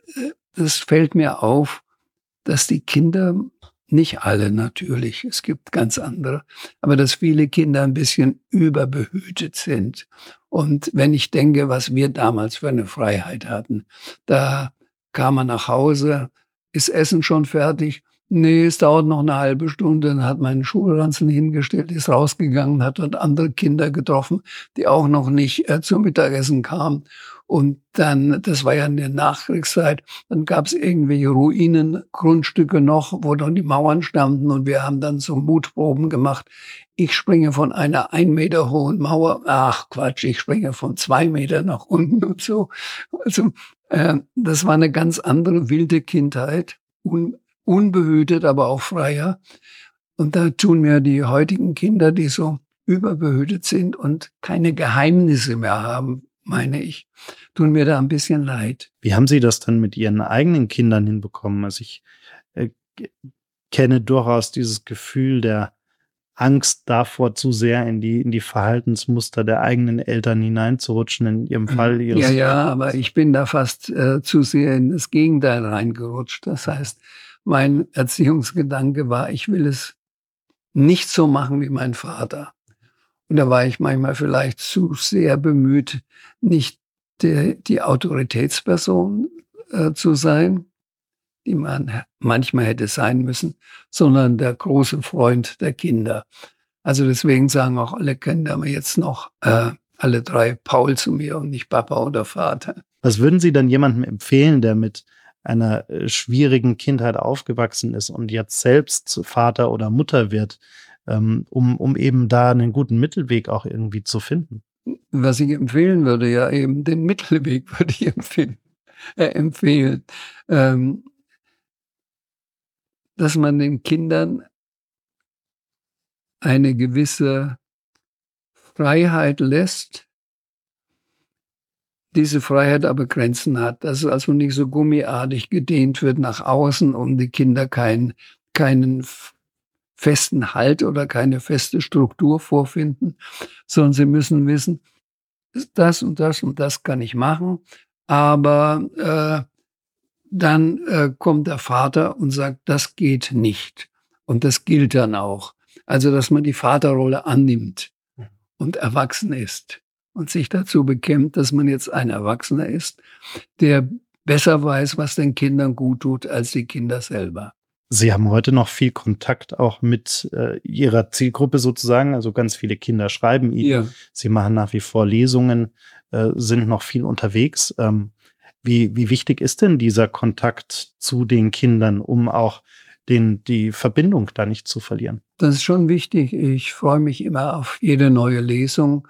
das fällt mir auf, dass die Kinder, nicht alle natürlich, es gibt ganz andere, aber dass viele Kinder ein bisschen überbehütet sind. Und wenn ich denke, was wir damals für eine Freiheit hatten, da kam man nach Hause, ist Essen schon fertig? Nee, es dauert noch eine halbe Stunde. Dann hat meinen Schulranzen hingestellt, ist rausgegangen, hat dort andere Kinder getroffen, die auch noch nicht äh, zum Mittagessen kamen. Und dann, das war ja in der Nachkriegszeit, dann gab es irgendwelche Ruinengrundstücke noch, wo dann die Mauern standen und wir haben dann so Mutproben gemacht. Ich springe von einer ein Meter hohen Mauer, ach Quatsch, ich springe von zwei Meter nach unten und so. Also äh, das war eine ganz andere wilde Kindheit, un, unbehütet, aber auch freier. Und da tun mir die heutigen Kinder, die so überbehütet sind und keine Geheimnisse mehr haben, meine ich, tun mir da ein bisschen leid. Wie haben Sie das dann mit Ihren eigenen Kindern hinbekommen? Also ich äh, kenne durchaus dieses Gefühl der Angst davor, zu sehr in die, in die Verhaltensmuster der eigenen Eltern hineinzurutschen, in Ihrem Fall Ihres. Ja, ja, aber ich bin da fast äh, zu sehr in das Gegenteil reingerutscht. Das heißt, mein Erziehungsgedanke war, ich will es nicht so machen wie mein Vater. Und da war ich manchmal vielleicht zu sehr bemüht, nicht die, die Autoritätsperson äh, zu sein, die man manchmal hätte sein müssen, sondern der große Freund der Kinder. Also deswegen sagen auch alle Kinder mir jetzt noch äh, alle drei Paul zu mir und nicht Papa oder Vater. Was würden Sie dann jemandem empfehlen, der mit einer äh, schwierigen Kindheit aufgewachsen ist und jetzt selbst Vater oder Mutter wird, ähm, um, um eben da einen guten Mittelweg auch irgendwie zu finden? Was ich empfehlen würde, ja eben den Mittelweg würde ich empfehlen, äh, empfehlen. Ähm, dass man den Kindern eine gewisse Freiheit lässt, diese Freiheit aber Grenzen hat, dass es also nicht so gummiartig gedehnt wird nach außen, um die Kinder keinen, keinen festen Halt oder keine feste Struktur vorfinden, sondern sie müssen wissen, das und das und das kann ich machen, aber äh, dann äh, kommt der Vater und sagt, das geht nicht. Und das gilt dann auch. Also, dass man die Vaterrolle annimmt und erwachsen ist und sich dazu bekennt, dass man jetzt ein Erwachsener ist, der besser weiß, was den Kindern gut tut, als die Kinder selber. Sie haben heute noch viel Kontakt auch mit äh, Ihrer Zielgruppe sozusagen. Also ganz viele Kinder schreiben Ihnen. Ja. Sie machen nach wie vor Lesungen, äh, sind noch viel unterwegs. Ähm, Wie, wie wichtig ist denn dieser Kontakt zu den Kindern, um auch den, die Verbindung da nicht zu verlieren? Das ist schon wichtig. Ich freue mich immer auf jede neue Lesung.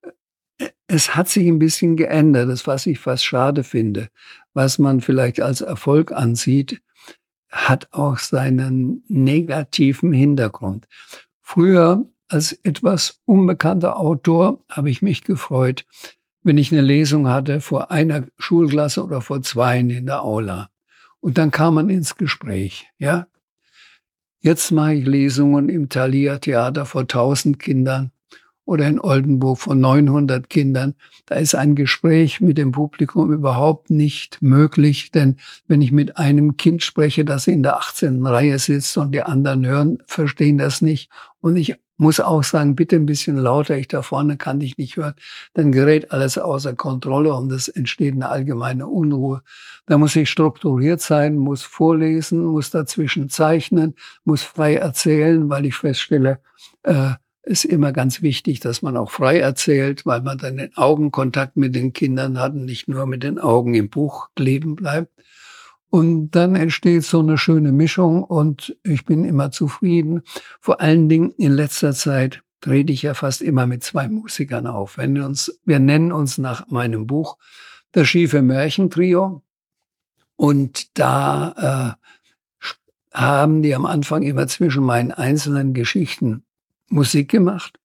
Es hat sich ein bisschen geändert, das was ich fast schade finde. Was man vielleicht als Erfolg ansieht, hat auch seinen negativen Hintergrund. Früher als etwas unbekannter Autor habe ich mich gefreut, wenn ich eine Lesung hatte vor einer Schulklasse oder vor zweien in der Aula. Und dann kam man ins Gespräch, ja. Jetzt mache ich Lesungen im Thalia Theater vor tausend Kindern oder in Oldenburg vor neunhundert Kindern. Da ist ein Gespräch mit dem Publikum überhaupt nicht möglich, denn wenn ich mit einem Kind spreche, das in der achtzehnten Reihe sitzt und die anderen hören, verstehen das nicht. Und ich muss auch sagen, bitte ein bisschen lauter, ich da vorne kann dich nicht hören, dann gerät alles außer Kontrolle und es entsteht eine allgemeine Unruhe. Da muss ich strukturiert sein, muss vorlesen, muss dazwischen zeichnen, muss frei erzählen, weil ich feststelle, äh, ist immer ganz wichtig, dass man auch frei erzählt, weil man dann den Augenkontakt mit den Kindern hat und nicht nur mit den Augen im Buch kleben bleibt. Und dann entsteht so eine schöne Mischung und ich bin immer zufrieden. Vor allen Dingen in letzter Zeit trete ich ja fast immer mit zwei Musikern auf. Wenn wir, uns, wir nennen uns nach meinem Buch das Schiefe Märchentrio. Und da äh, haben die am Anfang immer zwischen meinen einzelnen Geschichten Musik gemacht.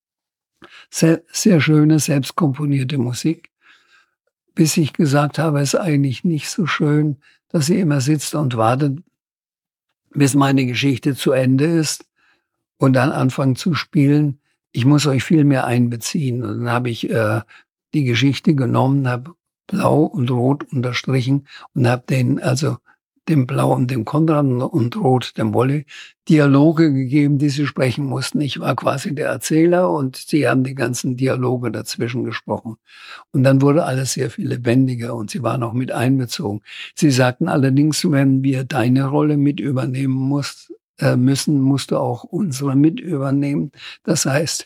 Sehr, sehr schöne, selbstkomponierte Musik. Bis ich gesagt habe, es ist eigentlich nicht so schön, dass sie immer sitzt und wartet, bis meine Geschichte zu Ende ist. und dann anfangen zu spielen, ich muss euch viel mehr einbeziehen. Und dann habe ich äh, die Geschichte genommen, habe blau und rot unterstrichen und habe den, also dem Blau und dem Konrad und Rot dem Wolle Dialoge gegeben, die sie sprechen mussten. Ich war quasi der Erzähler und sie haben die ganzen Dialoge dazwischen gesprochen. Und dann wurde alles sehr viel lebendiger und sie waren auch mit einbezogen. Sie sagten allerdings, wenn wir deine Rolle mit übernehmen musst, äh, müssen, musst du auch unsere mit übernehmen. Das heißt,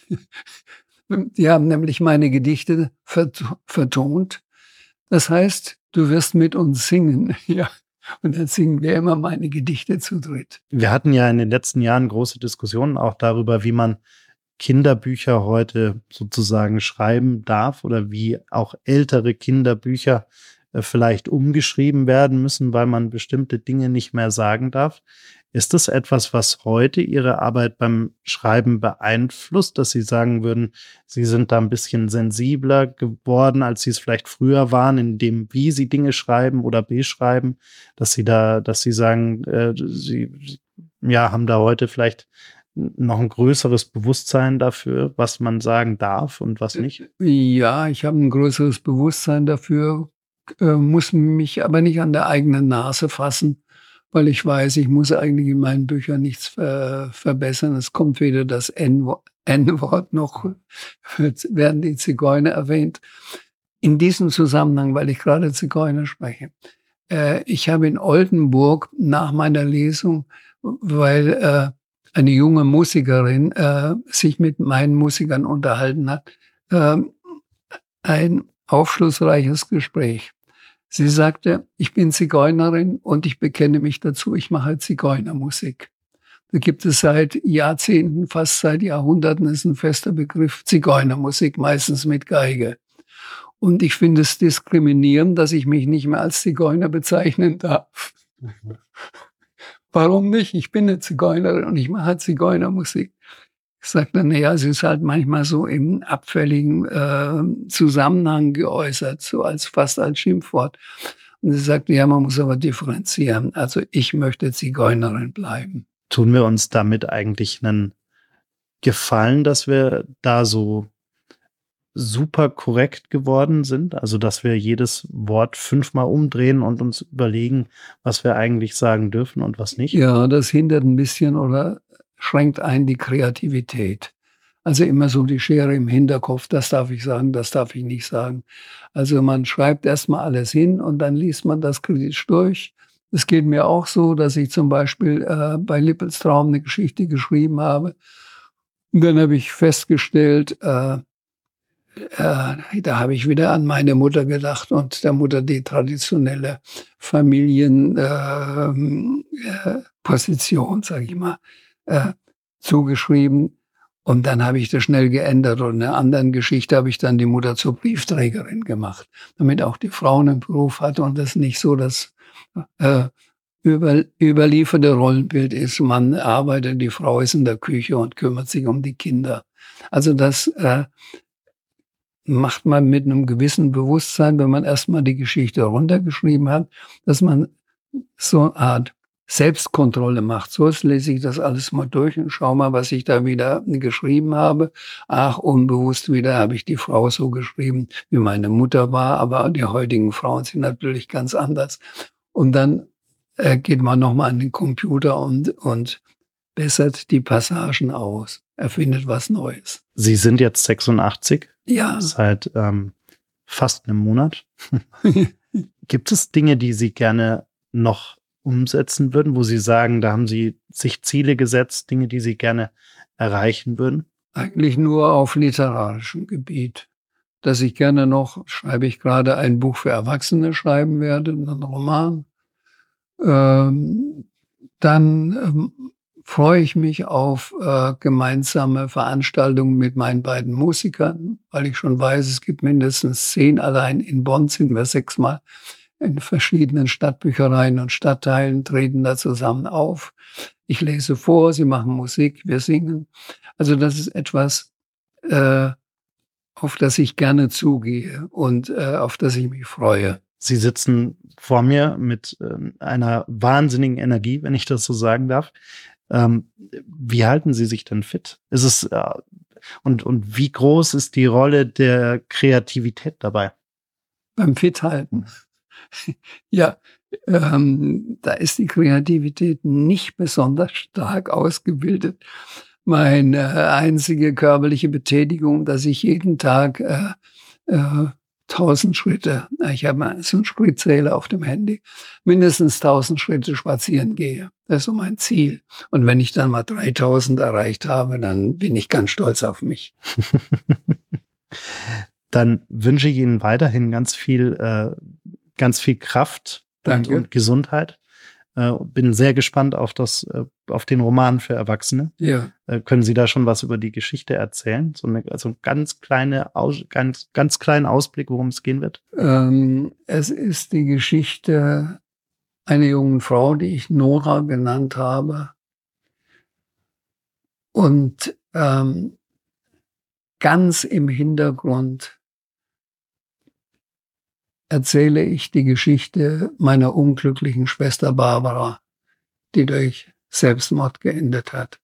die haben nämlich meine Gedichte vertont. Das heißt, du wirst mit uns singen, ja. Und dann singen wir immer meine Gedichte zu dritt. Wir hatten ja in den letzten Jahren große Diskussionen auch darüber, wie man Kinderbücher heute sozusagen schreiben darf oder wie auch ältere Kinderbücher äh, vielleicht umgeschrieben werden müssen, weil man bestimmte Dinge nicht mehr sagen darf. Ist das etwas, was heute Ihre Arbeit beim Schreiben beeinflusst, dass Sie sagen würden, Sie sind da ein bisschen sensibler geworden, als Sie es vielleicht früher waren, in dem, wie Sie Dinge schreiben oder beschreiben, dass Sie da, dass Sie sagen, äh, Sie ja, haben da heute vielleicht noch ein größeres Bewusstsein dafür, was man sagen darf und was nicht? Ja, ich habe ein größeres Bewusstsein dafür, äh, muss mich aber nicht an der eigenen Nase fassen, weil ich weiß, ich muss eigentlich in meinen Büchern nichts äh, verbessern. Es kommt weder das N-Wort noch werden die Zigeuner erwähnt. In diesem Zusammenhang, weil ich gerade Zigeuner spreche. Äh, ich habe in Oldenburg nach meiner Lesung, weil äh, eine junge Musikerin äh, sich mit meinen Musikern unterhalten hat, äh, ein aufschlussreiches Gespräch. Sie sagte, ich bin Zigeunerin und ich bekenne mich dazu, ich mache Zigeunermusik. Da gibt es seit Jahrzehnten, fast seit Jahrhunderten, ist ein fester Begriff Zigeunermusik, meistens mit Geige. Und ich finde es diskriminierend, dass ich mich nicht mehr als Zigeuner bezeichnen darf. Mhm. Warum nicht? Ich bin eine Zigeunerin und ich mache Zigeunermusik. Ich sagte, naja, es ist halt manchmal so im abfälligen äh, Zusammenhang geäußert, so als fast als Schimpfwort. Und sie sagte, ja, man muss aber differenzieren. Also ich möchte Zigeunerin bleiben. Tun wir uns damit eigentlich einen Gefallen, dass wir da so super korrekt geworden sind? Also, dass wir jedes Wort fünfmal umdrehen und uns überlegen, was wir eigentlich sagen dürfen und was nicht? Ja, das hindert ein bisschen oder schränkt ein die Kreativität. Also immer so die Schere im Hinterkopf, das darf ich sagen, das darf ich nicht sagen. Also man schreibt erstmal alles hin und dann liest man das kritisch durch. Es geht mir auch so, dass ich zum Beispiel äh, bei Lippels Traum eine Geschichte geschrieben habe. Und dann habe ich festgestellt, äh, äh, da habe ich wieder an meine Mutter gedacht und der Mutter die traditionelle Familienposition, äh, äh, sage ich mal, äh, zugeschrieben. Und dann habe ich das schnell geändert und in einer anderen Geschichte habe ich dann die Mutter zur Briefträgerin gemacht, damit auch die Frau einen Beruf hat und das nicht so das äh, über, überlieferte Rollenbild ist. Man arbeitet, die Frau ist in der Küche und kümmert sich um die Kinder. Also das äh, macht man mit einem gewissen Bewusstsein, wenn man erstmal die Geschichte runtergeschrieben hat, dass man so eine Art Selbstkontrolle macht. So, jetzt lese ich das alles mal durch und schau mal, was ich da wieder geschrieben habe. Ach, unbewusst wieder habe ich die Frau so geschrieben, wie meine Mutter war, aber die heutigen Frauen sind natürlich ganz anders. Und dann äh, geht man nochmal an den Computer und, und bessert die Passagen aus, erfindet was Neues. Sie sind jetzt sechsundachtzig? Ja. Seit ähm, fast einem Monat. Gibt es Dinge, die Sie gerne noch umsetzen würden, wo Sie sagen, da haben Sie sich Ziele gesetzt, Dinge, die Sie gerne erreichen würden? Eigentlich nur auf literarischem Gebiet. Dass ich gerne noch, schreibe ich gerade, ein Buch für Erwachsene schreiben werde, einen Roman. Ähm, dann ähm, freue ich mich auf äh, gemeinsame Veranstaltungen mit meinen beiden Musikern, weil ich schon weiß, es gibt mindestens zehn. Allein in Bonn sind wir sechsmal in verschiedenen Stadtbüchereien und Stadtteilen, treten da zusammen auf. Ich lese vor, sie machen Musik, wir singen. Also das ist etwas, äh, auf das ich gerne zugehe und äh, auf das ich mich freue. Sie sitzen vor mir mit äh, einer wahnsinnigen Energie, wenn ich das so sagen darf. Ähm, wie halten Sie sich denn fit? Ist es, äh, und, und wie groß ist die Rolle der Kreativität dabei? Beim Fithalten. Ja, ähm, da ist die Kreativität nicht besonders stark ausgebildet. Meine einzige körperliche Betätigung, dass ich jeden Tag äh, äh, tausend Schritte, ich habe so einen Schrittzähler auf dem Handy, mindestens tausend Schritte spazieren gehe. Das ist so mein Ziel. Und wenn ich dann mal dreitausend erreicht habe, dann bin ich ganz stolz auf mich. Dann wünsche ich Ihnen weiterhin ganz viel, äh, ganz viel Kraft und, und Gesundheit. Äh, bin sehr gespannt auf das, äh, auf den Roman für Erwachsene. Ja. Äh, können Sie da schon was über die Geschichte erzählen? So eine, also ganz kleine, Aus, ganz, ganz kleinen Ausblick, worum es gehen wird? Ähm, es ist die Geschichte einer jungen Frau, die ich Nora genannt habe. Und ähm, ganz im Hintergrund erzähle ich die Geschichte meiner unglücklichen Schwester Barbara, die durch Selbstmord geendet hat.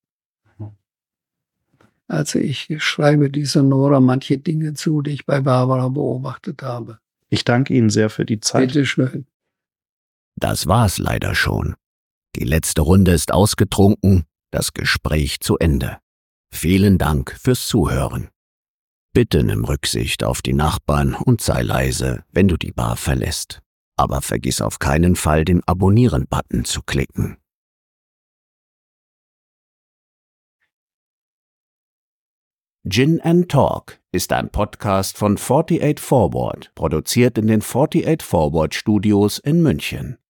Also ich schreibe dieser Nora manche Dinge zu, die ich bei Barbara beobachtet habe. Ich danke Ihnen sehr für die Zeit. Bitte schön. Das war's leider schon. Die letzte Runde ist ausgetrunken, das Gespräch zu Ende. Vielen Dank fürs Zuhören. Bitte nimm Rücksicht auf die Nachbarn und sei leise, wenn du die Bar verlässt. Aber vergiss auf keinen Fall, den Abonnieren-Button zu klicken. Gin and Talk ist ein Podcast von achtundvierzig Forward, produziert in den achtundvierzig Forward Studios in München.